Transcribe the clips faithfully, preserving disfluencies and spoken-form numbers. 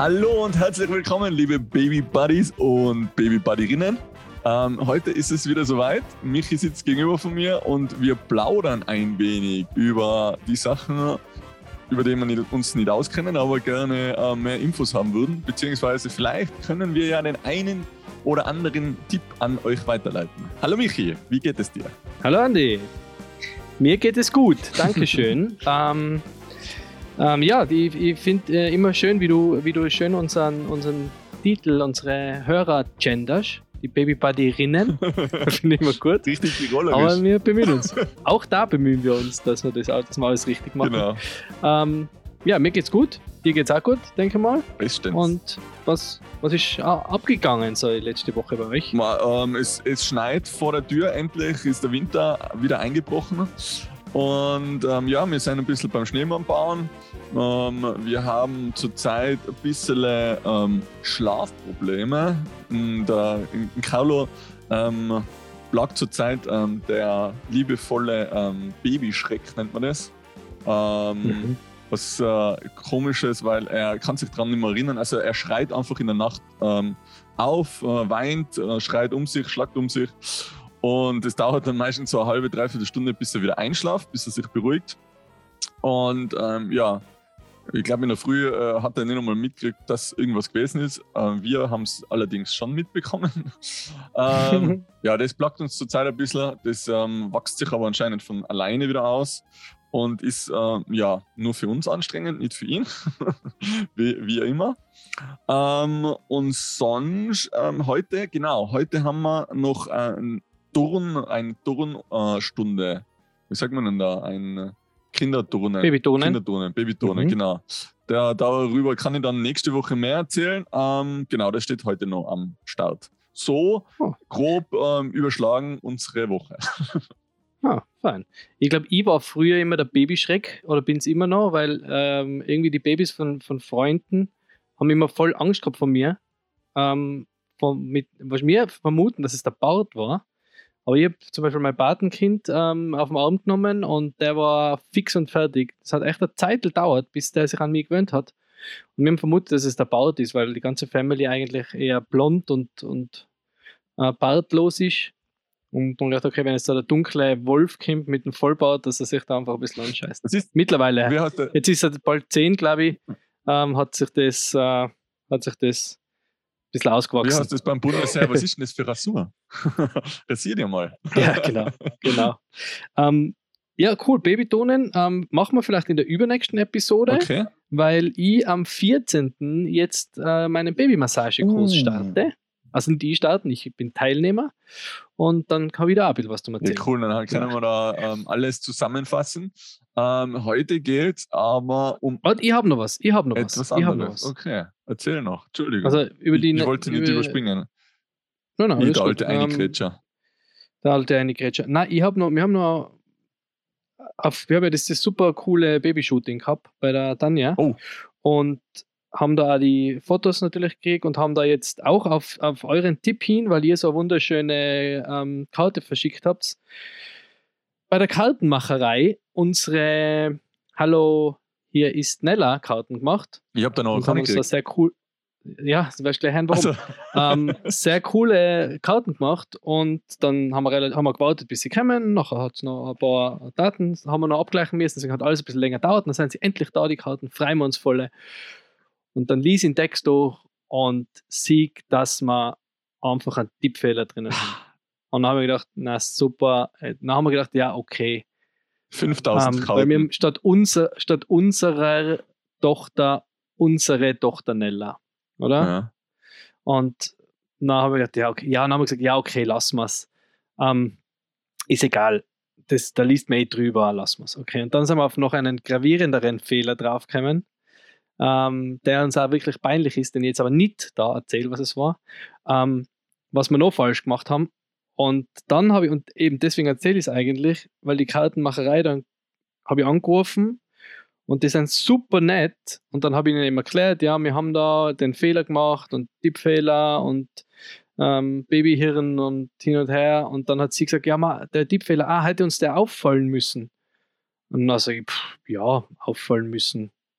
Hallo und herzlich willkommen, liebe Baby Buddies und Baby Buddierinnen. Ähm, heute ist es wieder soweit. Michi sitzt gegenüber von mir und wir plaudern ein wenig über die Sachen, über die wir nicht, uns nicht auskennen, aber gerne äh, mehr Infos haben würden. Beziehungsweise vielleicht können wir ja den einen oder anderen Tipp an euch weiterleiten. Hallo Michi, wie geht es dir? Hallo Andi, mir geht es gut, Dankeschön. ähm, ähm, ja, die, ich finde äh, immer schön, wie du, wie du schön unseren, unseren Titel, unsere Hörer genders, die Baby-Buddierinnen. Finde ich immer gut. Richtig tirolerisch. Aber wir bemühen uns. Auch da bemühen wir uns, dass wir das, dass wir alles richtig machen. Genau. Ähm, ja, mir geht's gut. Dir geht's auch gut, denke ich mal. Bestens. Und was, was ist ah, abgegangen so letzte Woche bei euch? Ma, ähm, es, es schneit vor der Tür, endlich ist der Winter wieder eingebrochen. Und ähm, ja, wir sind ein bisschen beim Schneemann bauen. Ähm, wir haben zurzeit ein bisschen ähm, Schlafprobleme. In, der, in, in Kaulo ähm, lag zurzeit ähm, der liebevolle ähm, Babyschreck, nennt man das. Ähm, mhm. Was äh, komisch ist, weil er kann sich daran nicht mehr erinnern. Also er schreit einfach in der Nacht ähm, auf, äh, weint, äh, schreit um sich, schlagt um sich. Und es dauert dann meistens so eine halbe, dreiviertel Stunde, bis er wieder einschläft, bis er sich beruhigt. Und ähm, ja, ich glaube, in der Früh äh, hat er nicht einmal mitgekriegt, dass irgendwas gewesen ist. Äh, wir haben es allerdings schon mitbekommen. ähm, ja, das plagt uns zurzeit ein bisschen. Das ähm, wächst sich aber anscheinend von alleine wieder aus. Und ist äh, ja nur für uns anstrengend, nicht für ihn, wie, wie immer. Ähm, und sonst, ähm, heute, genau, heute haben wir noch ein Turn, eine Turnstunde. Äh, wie sagt man denn da? Ein Kinderturnen. Babyturnen. Kinderturnen, Babyturnen, mhm. Genau. Der, darüber kann ich dann nächste Woche mehr erzählen. Ähm, genau, das steht heute noch am Start. So oh. grob ähm, überschlagen unsere Woche. Ah, fein. Ich glaube, ich war früher immer der Babyschreck oder bin es immer noch, weil ähm, irgendwie die Babys von, von Freunden haben immer voll Angst gehabt von mir. Ähm, von, mit, was wir vermuten, dass es der Bart war. Aber ich habe zum Beispiel mein Patenkind ähm, auf den Arm genommen und der war fix und fertig. Das hat echt eine Zeit gedauert, bis der sich an mich gewöhnt hat. Und wir haben vermutet, dass es der Bart ist, weil die ganze Family eigentlich eher blond und, und äh, bartlos ist. Und dann dachte ich, okay, wenn jetzt da der dunkle Wolf kommt mit dem Vollbart, dass er sich da einfach ein bisschen anscheißt. Das ist mittlerweile, jetzt ist er bald zehn, glaube ich, ähm, hat sich das, äh, hat sich das ein bisschen ausgewachsen. Wie hast du das beim Bundesheer? Was ist denn das für Rasur? Rasier dir mal. Ja, genau. genau. Ähm, ja, cool. Babytonen ähm, machen wir vielleicht in der übernächsten Episode, okay. Weil ich am vierzehnten jetzt äh, meinen Babymassagekurs uh. starte. Also nicht ich starten, ich bin Teilnehmer und dann kann ich da auch ein bisschen was zum erzählen. Ja, cool, dann können wir da ähm, alles zusammenfassen. Ähm, heute geht es aber um... Und ich habe noch was, ich habe noch etwas was. anderes. Ich noch was. Okay, erzähl noch, Entschuldigung. Also über die, ich, ich wollte nicht über, überspringen. Nein, nein, ich, der gut. alte Einigretscher. Der alte Einigretscher. Nein, ich habe noch, wir haben noch... Auf, wir haben ja das, das super coole Babyshooting gehabt bei der Tanja. Oh. Und haben da auch die Fotos natürlich gekriegt und haben da jetzt auch auf, auf euren Tipp hin, weil ihr so eine wunderschöne ähm, Karte verschickt habt, bei der Kartenmacherei unsere Hallo, hier ist Nella Karten gemacht. Ich habe da noch keine gekriegt. Sehr cool. Ja, du weißt gleich hören, warum. Also. ähm, sehr coole Karten gemacht und dann haben wir, relativ, haben wir gewartet, bis sie kommen. Nachher hat es noch ein paar Daten, haben wir noch abgleichen müssen, deswegen hat alles ein bisschen länger gedauert. Dann sind sie endlich da, die Karten, freuen wir uns voll. Und dann lies ich den Text durch und sehe, dass wir einfach einen Tippfehler drinnen haben. Und dann haben wir gedacht, na super. Dann haben wir gedacht, ja, okay. fünftausend ähm, Weil wir statt, unser, statt unserer Tochter, unsere Tochter Nella. Oder? Ja. Und dann haben wir gedacht, ja, okay. Ja, dann haben wir gesagt, ja, okay, lassen wir es. Ähm, ist egal. Das, da liest man eh drüber, lassen wir es. Okay. Und dann sind wir auf noch einen gravierenderen Fehler draufgekommen. Ähm, der uns auch wirklich peinlich ist, den ich jetzt aber nicht da erzähle, was es war, ähm, was wir noch falsch gemacht haben. Und dann habe ich, und eben deswegen erzähle ich es eigentlich, weil die Kartenmacherei, dann habe ich angerufen und die sind super nett und dann habe ich ihnen eben erklärt, ja, wir haben da den Fehler gemacht und Tippfehler und ähm, Babyhirn und hin und her und dann hat sie gesagt, ja, ma, der Tippfehler, ah, hätte uns der auffallen müssen. Und dann sage ich, pff, ja, auffallen müssen. Und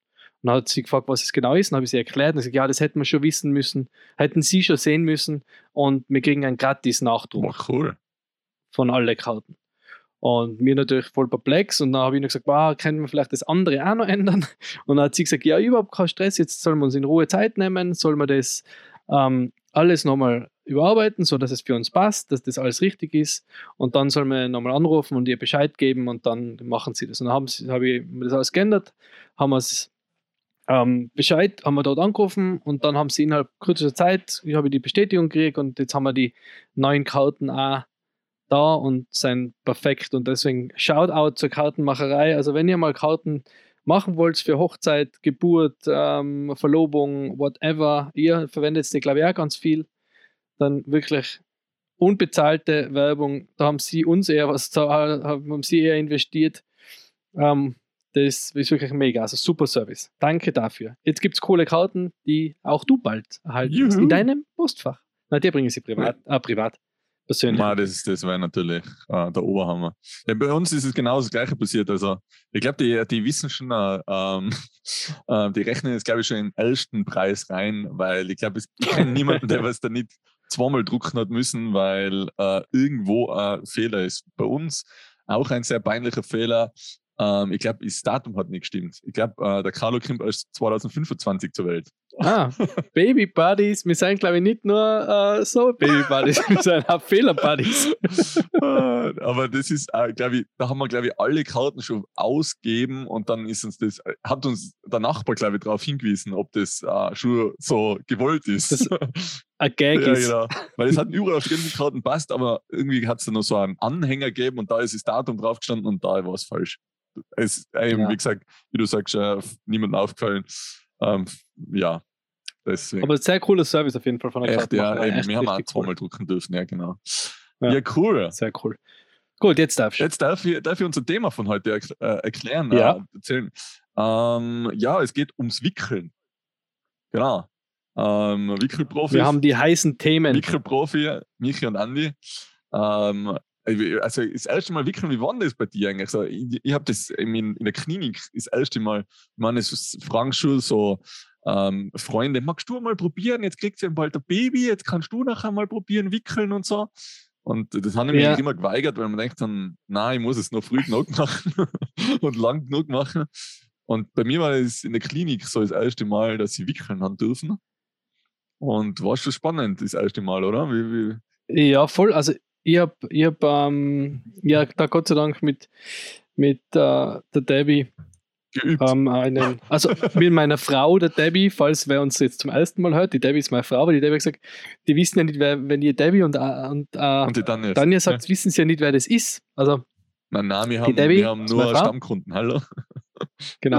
Und dann hat sie gefragt, was es genau ist. Dann habe ich sie erklärt und gesagt, ja, das hätten wir schon wissen müssen, hätten sie schon sehen müssen und wir kriegen einen gratis Nachdruck Boah, cool. von allen Karten. Und mir natürlich voll perplex und dann habe ich noch gesagt, wow, können wir vielleicht das andere auch noch ändern? Und dann hat sie gesagt, ja, überhaupt kein Stress, jetzt sollen wir uns in Ruhe Zeit nehmen, sollen wir das ähm, alles nochmal überarbeiten, sodass es für uns passt, dass das alles richtig ist und dann sollen wir nochmal anrufen und ihr Bescheid geben und dann machen sie das. Und dann haben sie, habe ich mir das alles geändert, haben wir es ähm, Bescheid, haben wir dort angerufen und dann haben sie innerhalb kürzester Zeit, ich habe die Bestätigung gekriegt und jetzt haben wir die neuen Karten auch da und sind perfekt und deswegen Shoutout zur Kartenmacherei. Also wenn ihr mal Karten machen wollt für Hochzeit, Geburt, ähm, Verlobung, whatever, ihr verwendet die, glaube ich, auch ganz viel, dann wirklich unbezahlte Werbung, da haben sie uns eher was, da haben sie eher investiert. Ähm, das ist wirklich mega, also super Service. Danke dafür. Jetzt gibt es coole Karten, die auch du bald erhalten wirst, in deinem Postfach. Na, die bringen sie privat, äh, privat. Persönlich. Ma, das das wäre natürlich äh, der Oberhammer. Ja, bei uns ist es genau das Gleiche passiert. Also, ich glaube, die, die wissen schon, äh, ähm, äh, die rechnen jetzt, glaube ich, schon in den ersten Preis rein, weil ich glaube, ich kenne niemanden, der was da nicht zweimal drucken hat müssen, weil äh, irgendwo ein Fehler ist. Bei uns auch ein sehr peinlicher Fehler. Ähm, ich glaube, das Datum hat nicht gestimmt. Ich glaube, äh, der Carlo kommt erst zwanzig fünfundzwanzig zur Welt. Ah, Baby Buddies. Wir sind, glaube ich, nicht nur äh, so Baby Buddies, wir sind auch Fehler Buddies. Aber das ist, äh, glaube ich, da haben wir, glaube ich, alle Karten schon ausgegeben und dann ist uns das, hat uns der Nachbar, glaube ich, darauf hingewiesen, ob das äh, schon so gewollt ist. Das ein Gag ja, ist. genau. Weil es hat überall auf den Karten passt, aber irgendwie hat es da noch so einen Anhänger gegeben und da ist das Datum drauf gestanden und da war es falsch. Es ist eben, ja. Wie gesagt, wie du sagst, äh, niemandem aufgefallen. Ähm, ja, deswegen. Aber sehr cooler Service auf jeden Fall von der Echt, ja, eben, echt wir haben auch zweimal cool. drucken dürfen, ja, genau. Ja, ja, cool. Sehr cool. Gut, jetzt darfst du. Jetzt darf ich, darf ich unser Thema von heute er, äh, erklären, ja. äh, erzählen. Ähm, ja, es geht ums Wickeln. Genau. Ähm, Wickelprofi. Wir haben die heißen Themen. Wickelprofi, Michi und Andi. Ähm, also das erste Mal wickeln, wie war denn das bei dir eigentlich? Also, ich ich habe das in, in der Klinik das erste Mal, ich meine, es fragen schon so ähm, Freunde, magst du mal probieren? Jetzt kriegst du ja bald ein Baby, jetzt kannst du nachher mal probieren, wickeln und so. Und das haben ich ja. mir immer geweigert, weil man denkt dann, nein, ich muss es noch früh genug machen und lang genug machen. Und bei mir war es in der Klinik so das erste Mal, dass ich wickeln haben dürfen. Und war schon spannend, das erste Mal, oder? Wie, wie ja, voll. Also ich habe ich hab, ähm, ja, da Gott sei Dank mit, mit äh, der Debbie geübt. Ähm, einen, also mit meiner Frau, der Debbie, falls wer uns jetzt zum ersten Mal hört, die Debbie ist meine Frau, aber die Debbie hat gesagt, die wissen ja nicht, wer, wenn ihr Debbie und, und, äh, und die Tanja, Tanja sagt, ja. wissen sie ja nicht, wer das ist. Also nein, nein, wir haben, Debbie, wir haben nur Stammkunden, hallo. Genau.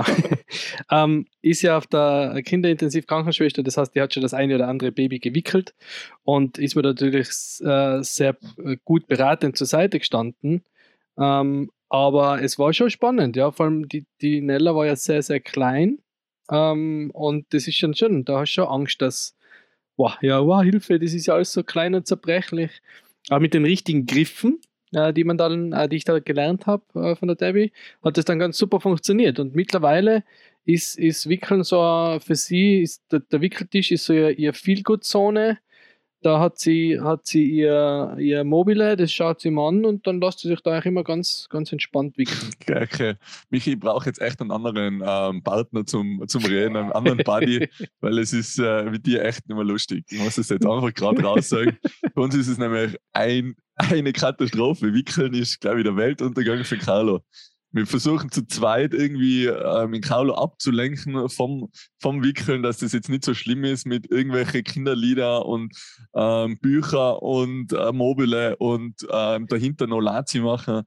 ähm, ist ja auf der Kinderintensivkrankenschwester, das heißt, die hat schon das eine oder andere Baby gewickelt und ist mir natürlich äh, sehr gut beratend zur Seite gestanden. Ähm, aber es war schon spannend, ja, vor allem die, die Nella war ja sehr, sehr klein ähm, und das ist schon schön, da hast du schon Angst, dass, wow, ja, wow, Hilfe, das ist ja alles so klein und zerbrechlich. Aber mit den richtigen Griffen, äh, die man dann, äh, die ich da gelernt habe äh, von der Debbie, hat das dann ganz super funktioniert und mittlerweile ist, ist Wickeln so, für sie, ist der, der Wickeltisch ist so ihr, ihr Feel-Good-Zone. Da hat sie, hat sie ihr, ihr Mobile, das schaut sie mal an und dann lässt sie sich da eigentlich immer ganz, ganz entspannt wickeln. Okay, okay. Michi, ich brauche jetzt echt einen anderen ähm, Partner zum, zum Reden, einen anderen Buddy, weil es ist äh, mit dir echt nicht mehr lustig. Ich muss es jetzt einfach gerade raus sagen. Bei uns ist es nämlich ein, eine Katastrophe. Wickeln ist, glaube ich, der Weltuntergang für Carlo. Wir versuchen zu zweit irgendwie ähm, den Carlo abzulenken vom, vom Wickeln, dass das jetzt nicht so schlimm ist mit irgendwelchen Kinderlieder und ähm, Bücher und äh, Mobile und ähm, dahinter noch Lazi machen.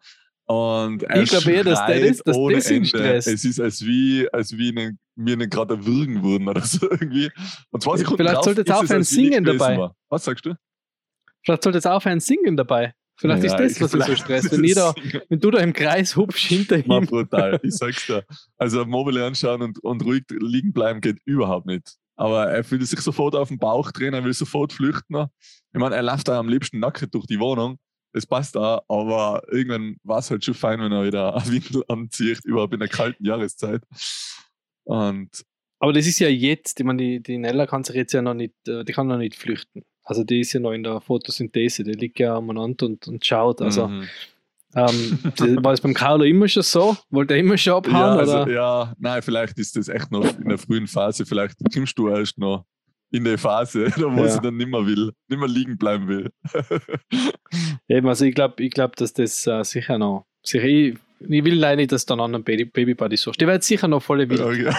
Und er ich glaube eher, dass der ist, dass ohne das ihn Ende. stresst. Es ist, als wie, als wie eine, wir nicht gerade erwürgen wurden oder so irgendwie. Und zwei Sekunden Vielleicht drauf sollte jetzt aufhören singen dabei. War. Was sagst du? Vielleicht sollte jetzt aufhören singen dabei. Vielleicht ja, ist das, was ihn so stresst. Wenn, jeder, wenn du da im Kreis hupfst hinter ihm. Mal brutal, ich sag's dir. Also Mobile anschauen und, und ruhig liegen bleiben geht überhaupt nicht. Aber er will sich sofort auf den Bauch drehen, er will sofort flüchten. Ich meine, er läuft da am liebsten nackt durch die Wohnung. Das passt da, aber irgendwann war es halt schon fein, wenn er wieder eine Windel anzieht, überhaupt in der kalten Jahreszeit. Und Aber das ist ja jetzt, ich meine, die, die Nella kann sich jetzt ja noch nicht, äh, die kann noch nicht flüchten. Also die ist ja noch in der Photosynthese, die liegt ja umeinander und, und schaut. Also Mhm. ähm, das, war es beim Carlo immer schon so? Wollte er immer schon abhauen? Ja, also, oder? ja, nein, vielleicht ist das echt noch in der frühen Phase. Vielleicht kommst du erst noch in der Phase, wo Ja. sie dann nicht mehr will, nicht mehr liegen bleiben will. Eben, also ich glaube, ich glaub, dass das äh, sicher noch. Sicher, ich, ich will leider nicht, dass du einen anderen Baby, Babybuddy suchst. Die wird sicher noch voll wild. Okay.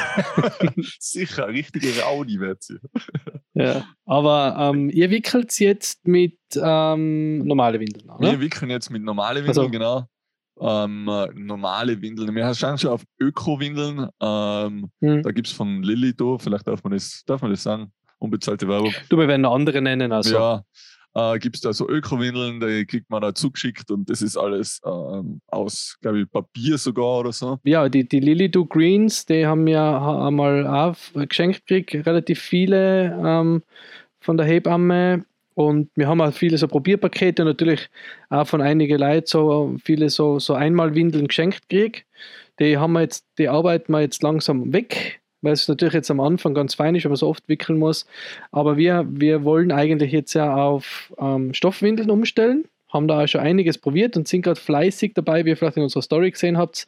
Sicher, richtige Raudi wird sie. Ja. Aber ähm, ihr wickelt sie jetzt mit ähm, normalen Windeln an, oder? Wir wickeln jetzt mit normalen Windeln, Also- genau. Ähm, äh, normale Windeln. Wir schauen schon auf Öko-Windeln. Ähm, Hm. Da gibt es von Lilly da, vielleicht darf man das, darf man das sagen, unbezahlte Werbung. Du, wir werden noch andere nennen. Also. Ja, äh, gibt es da so Öko-Windeln, die kriegt man da zugeschickt und das ist alles ähm, aus, glaube ich, Papier sogar oder so. Ja, die, die Lily Do Greens, die haben ja ha- einmal auch geschenkt gekriegt, relativ viele ähm, von der Hebamme. Und wir haben auch viele so Probierpakete und natürlich auch von einigen Leuten so viele so, so Einmalwindeln geschenkt gekriegt. Die haben wir jetzt, die arbeiten wir jetzt langsam weg, weil es natürlich jetzt am Anfang ganz fein ist, wenn man so oft wickeln muss. Aber wir, wir wollen eigentlich jetzt ja auf ähm, Stoffwindeln umstellen, haben da auch schon einiges probiert und sind gerade fleißig dabei, wie ihr vielleicht in unserer Story gesehen habt,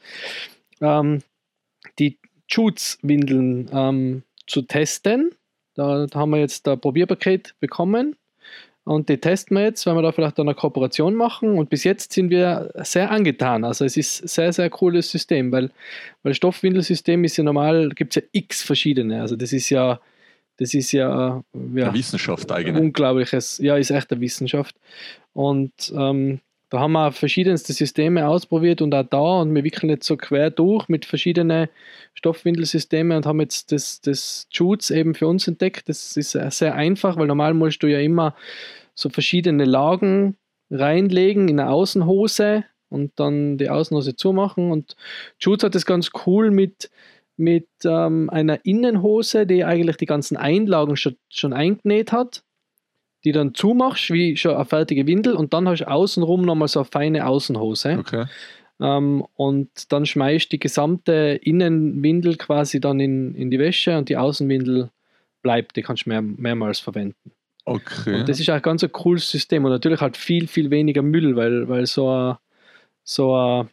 ähm, die Jutes-Windeln ähm, zu testen. Da, da haben wir jetzt ein Probierpaket bekommen und die testen wir jetzt, weil wir da vielleicht eine Kooperation machen. Und bis jetzt sind wir sehr angetan. Also es ist ein sehr, sehr cooles System, weil, weil Stoffwindelsystem ist ja normal, gibt es ja x verschiedene. Also das ist ja, das ist ja, ja Eine Wissenschaft eigentlich. unglaubliches, ja, ist echt eine Wissenschaft. Und ähm, da haben wir verschiedenste Systeme ausprobiert und auch da und wir wickeln jetzt so quer durch mit verschiedenen Stoffwindelsystemen und haben jetzt das, das Jutes eben für uns entdeckt. Das ist sehr einfach, weil normal musst du ja immer so verschiedene Lagen reinlegen in eine Außenhose und dann die Außenhose zumachen. Und Jutes hat das ganz cool mit, mit ähm, einer Innenhose, die eigentlich die ganzen Einlagen schon, schon eingenäht hat, die dann zumachst, wie schon eine fertige Windel und dann hast du außenrum nochmal so eine feine Außenhose. Okay. Ähm, und dann schmeißt die gesamte Innenwindel quasi dann in, in die Wäsche und die Außenwindel bleibt, die kannst du mehr, mehrmals verwenden. Okay. Und das ist auch ein ganz ein cooles System und natürlich halt viel, viel weniger Müll, weil, weil so ein, so ein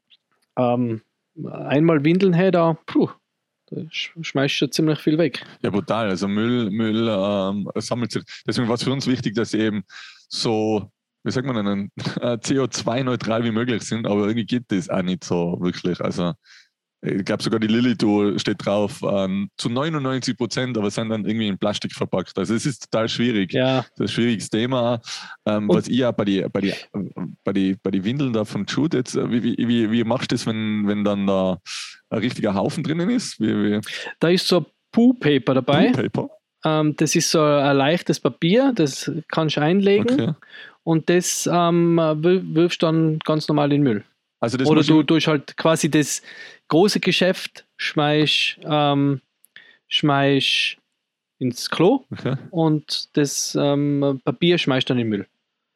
ähm, einmal Windeln her, da, puh, da sch- schmeißt schon ziemlich viel weg. Ja, brutal. Also Müll, Müll ähm, sammelt sich. Deswegen war es für uns wichtig, dass sie eben so, wie sagt man denn, C O zwei neutral wie möglich sind, aber irgendwie geht das auch nicht so wirklich. Also ich glaube sogar die Lilly-Do steht drauf, ähm, zu neunundneunzig Prozent, aber sind dann irgendwie in Plastik verpackt. Also es ist total schwierig. Ja, Das ist ein schwieriges Thema. Ähm, Und- was ich auch bei die, bei die, bei die, bei die Windeln da von Jude jetzt, äh, wie, wie, wie, wie machst du das, wenn, wenn dann da ein richtiger Haufen drinnen ist? Wie, wie da ist so Poo-Paper dabei. Paper? Ähm, das ist so ein leichtes Papier, das kannst du einlegen Okay. und das ähm, wir- wirfst dann ganz normal in den Müll. Also das Oder muss du ich- tust halt quasi das große Geschäft schmeißt, ähm, schmeißt ins Klo Okay. und das ähm, Papier schmeißt dann in den Müll.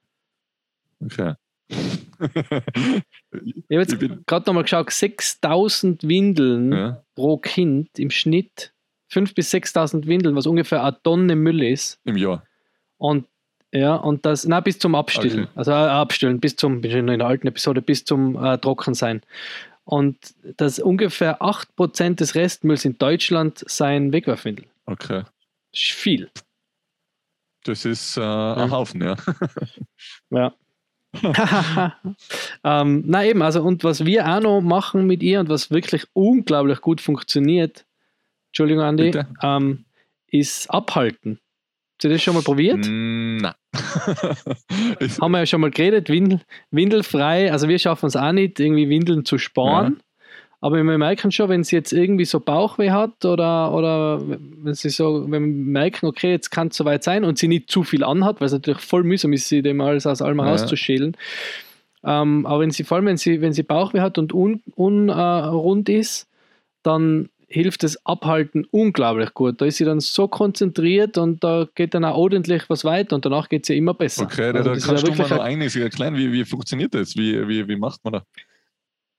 Okay. Ich habe Ich bin- jetzt gerade nochmal geschaut, sechstausend Windeln ja, pro Kind im Schnitt, fünftausend bis sechstausend Windeln, was ungefähr eine Tonne Müll ist. im Jahr. Und ja, und das, na bis zum Abstillen. Okay. Also äh, Abstillen, bis zum, bin schon in der alten Episode, bis zum äh, Trockensein. Und dass ungefähr acht Prozent des Restmülls in Deutschland sein Wegwerfwindel. Okay. Das ist viel. Das ist äh, ein Haufen, ja. Ja. ähm, na eben, also und was wir auch noch machen mit ihr und was wirklich unglaublich gut funktioniert, Entschuldigung Andi, Bitte? ähm, ist abhalten. Habt ihr das schon mal probiert? Mm, Nein. Ich- Haben wir ja schon mal geredet, Windel, windelfrei, also wir schaffen es auch nicht, irgendwie Windeln zu sparen. Aber wir merken schon, wenn sie jetzt irgendwie so Bauchweh hat oder, oder wenn sie so, wenn wir merken, okay, jetzt kann es soweit sein und sie nicht zu viel anhat, weil es natürlich voll mühsam ist, sie dem alles aus allem Ja. rauszuschälen. Ähm, aber wenn sie, vor allem wenn sie, wenn sie Bauchweh hat und unrund un, äh, rund ist, dann hilft das Abhalten unglaublich gut. Da ist sie dann so konzentriert und da geht dann auch ordentlich was weiter und danach geht es ja immer besser. Okay, da, Also da das ist kannst ja du mal wirklich noch einiges erklären, wie, wie funktioniert das? Wie, wie, wie macht man das?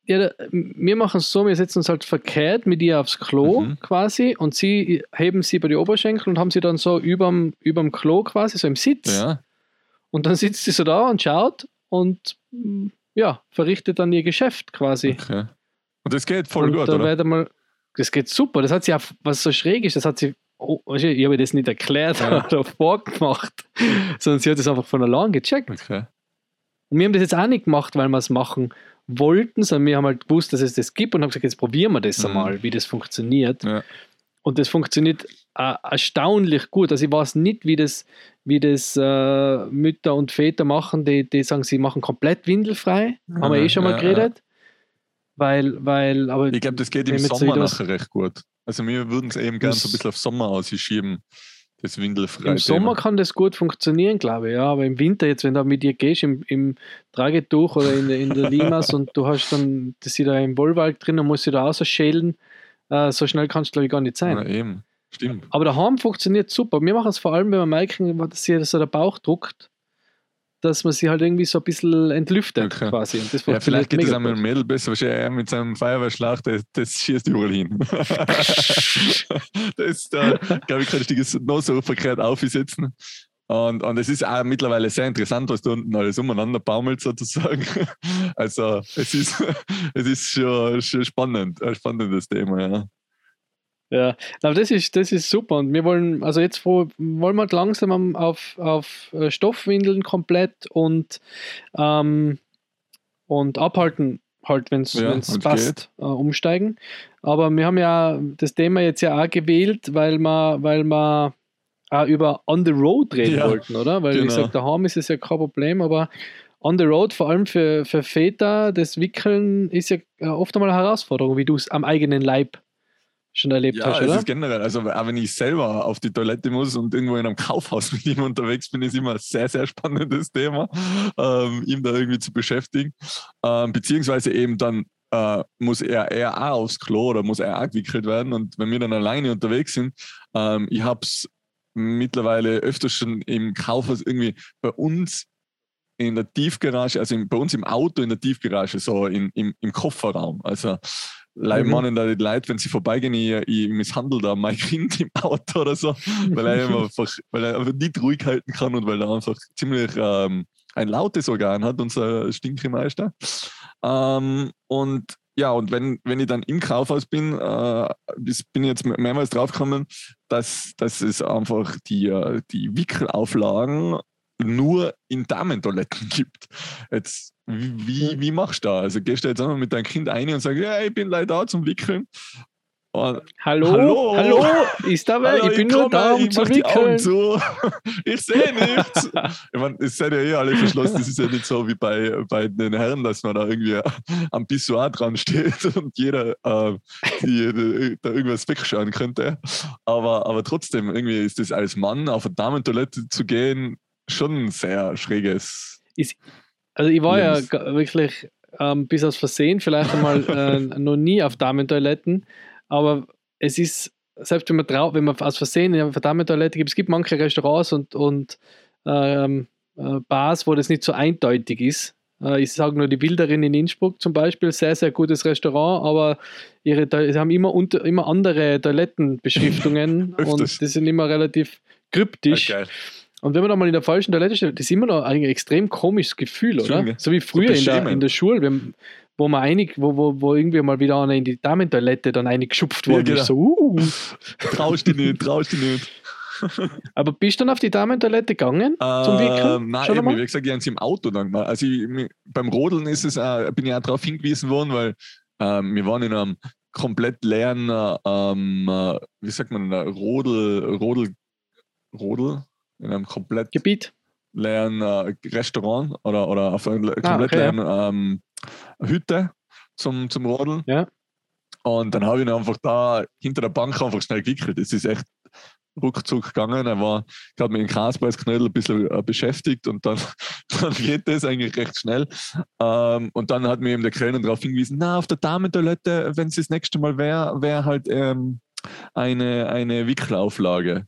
Ja, da, wir machen es so, wir setzen uns halt verkehrt mit ihr aufs Klo Mhm. quasi und sie heben sie bei die Oberschenkel und haben sie dann so überm, überm Klo quasi, so im Sitz. Ja, Und dann sitzt sie so da und schaut und mm, ja, verrichtet dann ihr Geschäft quasi. okay. Und das geht voll und gut, da oder? werde mal, das geht super. Das hat sie auch, was so schräg ist, das hat sie, oh, weißt du, ich habe ihr das nicht erklärt Ja. oder vorgemacht, sondern sie hat das einfach von allein gecheckt. Okay. Und wir haben das jetzt auch nicht gemacht, weil wir es machen wollten, sondern wir haben halt gewusst, dass es das gibt und haben gesagt, jetzt probieren wir das Mhm. einmal, wie das funktioniert. Ja. Und das funktioniert äh, erstaunlich gut. Also ich weiß nicht, wie das, wie das äh, Mütter und Väter machen, die, die sagen, sie machen komplett windelfrei. Haben wir eh schon mal Ja, geredet. Weil, weil, aber Ich glaube, das geht im wenn wir jetzt Sommer so etwas- nachher recht gut. Also wir würden es eben gern so ein bisschen auf Sommer ausschieben, das windelfrei. im Sommer kann das gut funktionieren, glaube ich, ja. Aber im Winter, jetzt, wenn du mit dir gehst, im, im Tragetuch oder in, der- in der Limas und du hast dann, das sie da im Wollwald drin und musst sie da rausschälen, äh, so schnell kannst du, glaube ich, gar nicht sein. Ja, eben. Stimmt. Aber daheim funktioniert super. Wir machen es vor allem, wenn wir merken, dass sie so der Bauch druckt, dass man sie halt irgendwie so ein bisschen entlüftet Okay. quasi. Und das Ja, funktioniert vielleicht geht es mega auch mit gut. dem Mädel besser, wahrscheinlich er mit seinem Feuerwehrschlauch, das, das schießt überall hin. Das, da, glaube ich, kannst du dich noch so verkehrt aufsetzen. Und, und es ist auch mittlerweile sehr interessant, was da unten alles umeinander baumelt, sozusagen. Also, es ist, es ist schon, schon spannend, ein spannendes Thema, ja. Ja, aber das ist, das ist super. Und wir wollen, also jetzt wo, wollen wir langsam am- auf, auf äh, Stoffwindeln komplett und, ähm, und abhalten, halt, wenn es Ja, wenn's passt, äh, umsteigen. Aber wir haben ja das Thema jetzt ja auch gewählt, weil wir, weil wir auch über On the Road reden Ja, wollten, oder? Weil genau. ich sage, daheim ist es ja kein Problem, aber On the Road, vor allem für, für Väter, das Wickeln ist ja äh, oft einmal eine Herausforderung, wie du es am eigenen Leib schon erlebt Ja, hast, es oder? ist generell, also auch wenn ich selber auf die Toilette muss und irgendwo in einem Kaufhaus mit ihm unterwegs bin, ist immer ein sehr, sehr spannendes Thema, ähm, ihm da irgendwie zu beschäftigen. Ähm, beziehungsweise eben dann äh, muss er, er auch aufs Klo oder muss er auch gewickelt werden. Und wenn wir dann alleine unterwegs sind, ähm, ich habe es mittlerweile öfters schon im Kaufhaus irgendwie bei uns in der Tiefgarage, also im, bei uns im Auto in der Tiefgarage, so in, im, im Kofferraum. Also Leute Mhm. meinen da die Leute, wenn sie vorbeigehen, ich, ich misshandle da mein Kind im Auto oder so, weil er einfach, weil er einfach nicht ruhig halten kann und weil er einfach ziemlich ähm, ein lautes Organ hat, unser Stinkemeister. Ähm, und ja, und wenn, wenn ich dann im Kaufhaus bin, äh, das bin ich jetzt mehrmals draufgekommen, dass, dass es einfach die, äh, die Wickelauflagen nur in Damentoiletten gibt. Jetzt, wie, wie machst du da? Also gehst du jetzt einfach mit deinem Kind rein und sagst, ja, ich bin leider da zum Wickeln. Und, Hallo? Hallo? Hallo? Ist da wer? Hallo, Ich bin nur komme, da, um ich zu mach die Augen wickeln. zu. Ich sehe nichts. Ich meine, es sind ja eh alle verschlossen. Das ist ja nicht so wie bei, bei den Herren, dass man da irgendwie am Pissoir dran steht und jeder äh, die, die, da irgendwas wegschauen könnte. Aber, aber trotzdem, irgendwie ist das als Mann auf eine Damentoilette zu gehen schon ein sehr schräges. Ist, also ich war Lebens- ja ga- wirklich ähm, bis aus Versehen vielleicht einmal äh, noch nie auf Damentoiletten, aber es ist, selbst wenn man, trau wenn man aus Versehen auf eine Damentoilette gibt, es gibt manche Restaurants und, und ähm, äh, Bars, wo das nicht so eindeutig ist. Äh, ich sage nur die Wilderin in Innsbruck zum Beispiel, sehr, sehr gutes Restaurant, aber ihre, Toi- sie haben immer, unter, immer andere Toilettenbeschriftungen Öfters. und die sind immer relativ kryptisch. Ja, geil. Und wenn man dann mal in der falschen Toilette steht, das ist immer noch ein extrem komisches Gefühl, Schon, oder? gell? So wie früher in, der, beschämend. in der Schule, wenn, wo man einig, wo, wo, wo irgendwie mal wieder einer in die Damentoilette dann eingeschupft Ja, worden genau. ist. So, uh. Traust dich nicht, traust dich nicht. Aber bist du dann auf die Damentoilette gegangen zum Wickeln? Ähm, nein, Schon eben, einmal? wie gesagt, ich habe es im Auto dann gemacht. Also ich, mi- beim Rodeln ist es, äh, bin ich auch darauf hingewiesen worden, weil ähm, wir waren in einem komplett leeren, äh, ähm, äh, wie sagt man, äh, Rodel, Rodel, Rodel, in einem komplett Gebiet? leeren äh, Restaurant oder, oder auf einer komplett Ah, okay, leeren ähm, Hütte zum, zum Rodeln. Ja. Und dann habe ich ihn einfach da hinter der Bank einfach schnell gewickelt. Das ist echt ruckzuck gegangen. Er war gerade mit dem Kaspersknödel ein bisschen äh, beschäftigt und dann, dann geht das eigentlich recht schnell. Ähm, und dann hat mir eben der Kellner darauf hingewiesen, na, auf der Damentoilette, wenn es das nächste Mal wäre, wäre halt ähm, eine, eine Wickelauflage.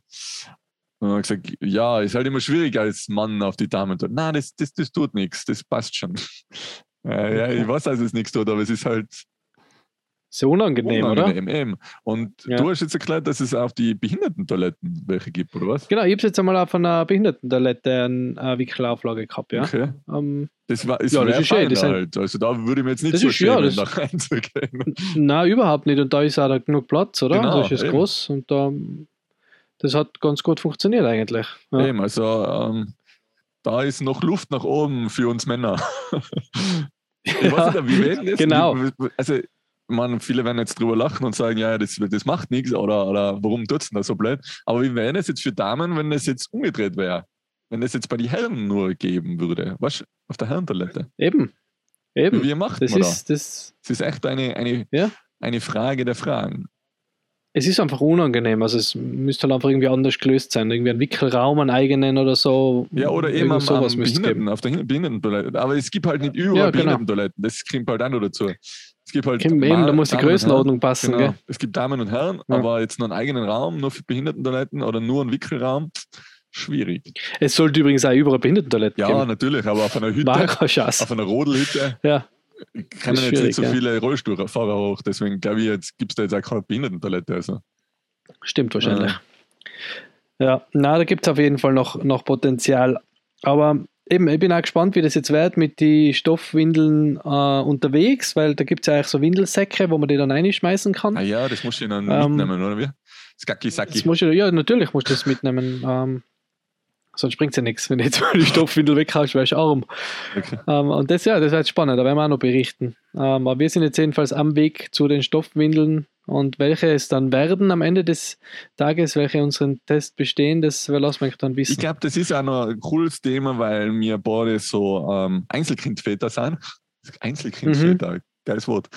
Und dann habe ich gesagt, ja, ist halt immer schwierig als Mann auf die Damentoilette. Nein, das, das, das tut nichts, das passt schon. Ja, ja, ich weiß, dass es nichts tut, aber es ist halt so unangenehm, unangenehm, oder? eben. Und Ja. du hast jetzt erklärt, dass es auf die Behindertentoiletten welche gibt, oder was? Genau, ich habe jetzt einmal auf einer Behindertentoilette eine äh, Wickelauflage gehabt, ja. Okay. Ähm, Das war, ist Ja, das wäre ist schön, fein das sind- halt. Also da würde ich mir jetzt nicht Das so ist- ja, schämen, das- da reinzugehen. Nein, überhaupt nicht. Und da ist auch da genug Platz, oder? Genau, So ist es eben. groß und da, das hat ganz gut funktioniert eigentlich. Ja. Eben, also ähm, da ist noch Luft nach oben für uns Männer. Ich weiß nicht, wie werden das? genau. Wie, wie- also, man, viele werden jetzt drüber lachen und sagen, ja, das, das macht nichts oder, oder warum tut es denn da so blöd? Aber wie wäre das jetzt für Damen, wenn das jetzt umgedreht wäre? Wenn das jetzt bei den Herren nur geben würde? Was? Auf der Herrentoilette? Eben. Eben. Wie macht Das man ist, das, da? Es ist echt eine, eine, Ja. eine Frage der Fragen. es ist einfach unangenehm. Also es müsste halt einfach irgendwie anders gelöst sein. Irgendwie ein Wickelraum, einen eigenen oder so. Ja, oder eben Irgend am, am sowas müsste es Behinderten, geben. auf der Hin- Behindertentoilette. Aber es gibt halt nicht überall Ja, genau. Behindertentoiletten. Das kommt halt auch noch dazu. Es gibt halt Eben, Ma- da muss die Damen und Größenordnung Herren. passen. Genau. Gell? Es gibt Damen und Herren, Ja. aber jetzt nur einen eigenen Raum, nur für Behindertentoiletten oder nur einen Wickelraum. Schwierig. Es sollte übrigens auch überall Behindertentoiletten Ja, geben. natürlich, aber auf einer Hütte, War keine Chance. auf einer Rodelhütte Ja, können Ist jetzt schwierig, nicht so ja. viele Rollstuhlfahrer hoch. Deswegen glaube ich, jetzt gibt es da jetzt auch keine Behindertentoilette. Also. stimmt wahrscheinlich. Ja, na, da gibt es auf jeden Fall noch, noch Potenzial. Aber eben, ich bin auch gespannt, wie das jetzt wird mit den Stoffwindeln äh, unterwegs, weil da gibt es ja eigentlich so Windelsäcke, wo man die dann reinschmeißen kann. Ah ja, das musst du dann Ähm, mitnehmen, oder wie? Skaki-Saki. Das muss ich, ja, natürlich musst du das mitnehmen. Ähm, sonst bringt es ja nichts. Wenn du jetzt mal die Stoffwindel weghaust, wärst du arm. Okay. Ähm, und das, ja, das wird spannend, da werden wir auch noch berichten. Ähm, aber wir sind jetzt jedenfalls am Weg zu den Stoffwindeln und welche es dann werden am Ende des Tages, welche unseren Test bestehen, das lassen wir euch dann wissen. Ich glaube, das ist auch noch ein cooles Thema, weil wir beide so ähm, Einzelkindväter sind. Einzelkindväter, geiles Wort.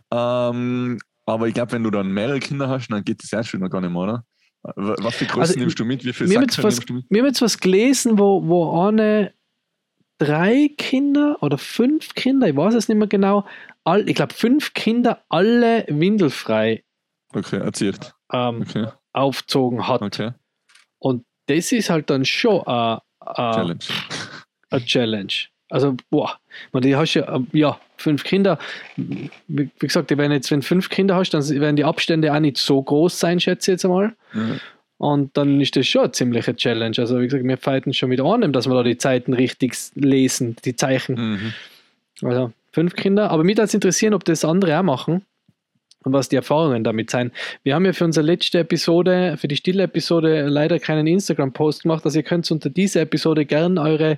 Ähm, aber ich glaube, wenn du dann mehrere Kinder hast, dann geht das erst schon noch gar nicht mehr, oder? Was für Größen Also, nimmst du mit? Wie viele wir haben Sachen jetzt was- nimmst du mit? Wir haben jetzt was gelesen, wo, wo eine drei Kinder oder fünf Kinder, ich weiß es nicht mehr genau, all, ich glaube fünf Kinder alle windelfrei Okay, erzählt. ähm, Okay, aufgezogen hat. okay. Und das ist halt dann schon eine Challenge. Challenge. Challenge. Also, boah, man, die hast ja, ähm, ja, fünf Kinder. Wie, wie gesagt, die werden jetzt, wenn du fünf Kinder hast, dann werden die Abstände auch nicht so groß sein, schätze ich jetzt einmal. Ja. Und dann ist das schon eine ziemliche Challenge. Also, wie gesagt, wir fighten schon mit an, dass wir da die Zeiten richtig lesen, die Zeichen. Mhm. Also, fünf Kinder. Aber mich würde es interessieren, ob das andere auch machen und was die Erfahrungen damit sein. Wir haben ja für unsere letzte Episode, für die stille Episode, leider keinen Instagram-Post gemacht. Also, ihr könnt unter dieser Episode gern eure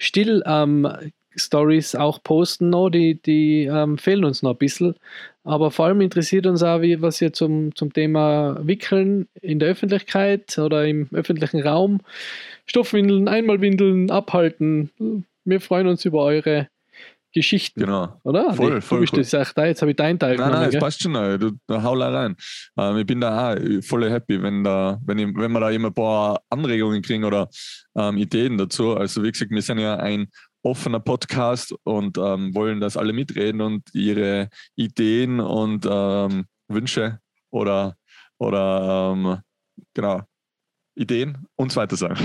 Still-Stories auch posten. Noch. Die, die ähm, fehlen uns noch ein bisschen. Aber vor allem interessiert uns auch, wie, was ihr zum, zum Thema Wickeln in der Öffentlichkeit oder im öffentlichen Raum, Stoffwindeln, Einmalwindeln, abhalten. Wir freuen uns über eure Geschichten. Genau. Oder? Voll, Nee, voll du bist cool. das echt da, jetzt habe ich deinen Teil Nein, genommen, nein, es gell? passt schon. Noch. Du, da hau da rein. Ähm, ich bin da auch voll happy, wenn, da, wenn, ich, wenn wir da immer ein paar Anregungen kriegen oder ähm, Ideen dazu. Also wie gesagt, wir sind ja ein offener Podcast und ähm, wollen, dass alle mitreden und ihre Ideen und ähm, Wünsche oder, oder ähm, genau, Ideen und so weiter sagen.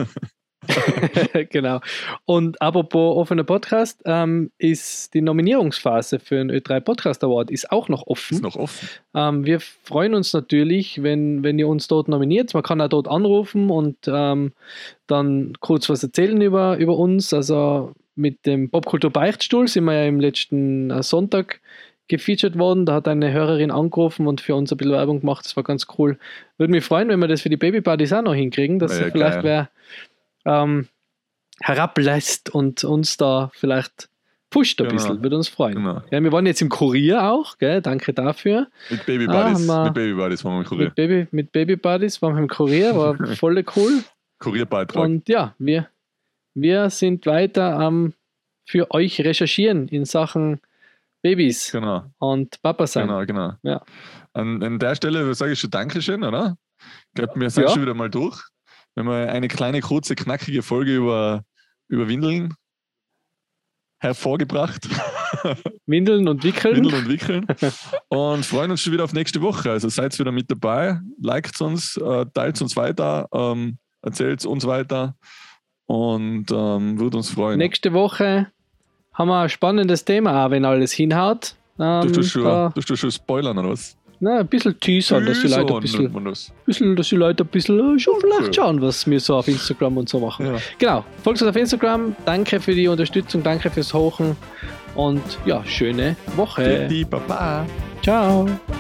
Genau. Und apropos offener Podcast, ähm, ist die Nominierungsphase für den Ö drei Podcast Award ist auch noch offen. Ist noch offen. Ähm, wir freuen uns natürlich, wenn, wenn ihr uns dort nominiert. Man kann auch dort anrufen und ähm, dann kurz was erzählen über, über uns. Also mit dem Popkultur Beichtstuhl sind wir ja im letzten äh, Sonntag gefeatured worden. Da hat eine Hörerin angerufen und für uns ein bisschen Werbung gemacht. Das war ganz cool. Würde mich freuen, wenn wir das für die Baby Buddies auch noch hinkriegen, dass Ja, sie vielleicht geil. wer ähm, herablässt und uns da vielleicht pusht ein Genau. bisschen. Würde uns freuen. Genau. Ja, wir waren jetzt im Kurier auch, gell? Danke dafür. Mit Baby Ah, Buddies. haben wir- mit Baby Buddies waren wir im Kurier. Mit Baby, mit Baby Buddies waren wir im Kurier, war voll cool. Kurierbeitrag. Und ja, wir, wir sind weiter am für euch recherchieren in Sachen Babys Genau. und Papa sein. Genau, genau. Ja. An, an der Stelle sage ich schon Dankeschön, oder? Ich glaube, wir sind Ja. schon wieder mal durch. Wir haben eine kleine, kurze, knackige Folge über, über Windeln hervorgebracht. Windeln und Wickeln. Windeln und Wickeln. Und freuen uns schon wieder auf nächste Woche. Also seid wieder mit dabei. Liked uns, äh, teilt uns weiter, ähm, erzählt uns weiter und ähm, würde uns freuen. Nächste Woche haben wir ein spannendes Thema, auch wenn alles hinhaut. Ähm, Darfst du schon, da, darfst du schon spoilern oder was? na, ein bisschen teasern, dass die Leute ein bisschen, nennt man das. bisschen, dass die Leute ein bisschen äh, schon vielleicht Okay. schauen, was wir so auf Instagram und so machen. Ja. Genau, folgt uns auf Instagram. Danke für die Unterstützung, danke fürs Hochen und ja, schöne Woche. Die Baba. Ciao.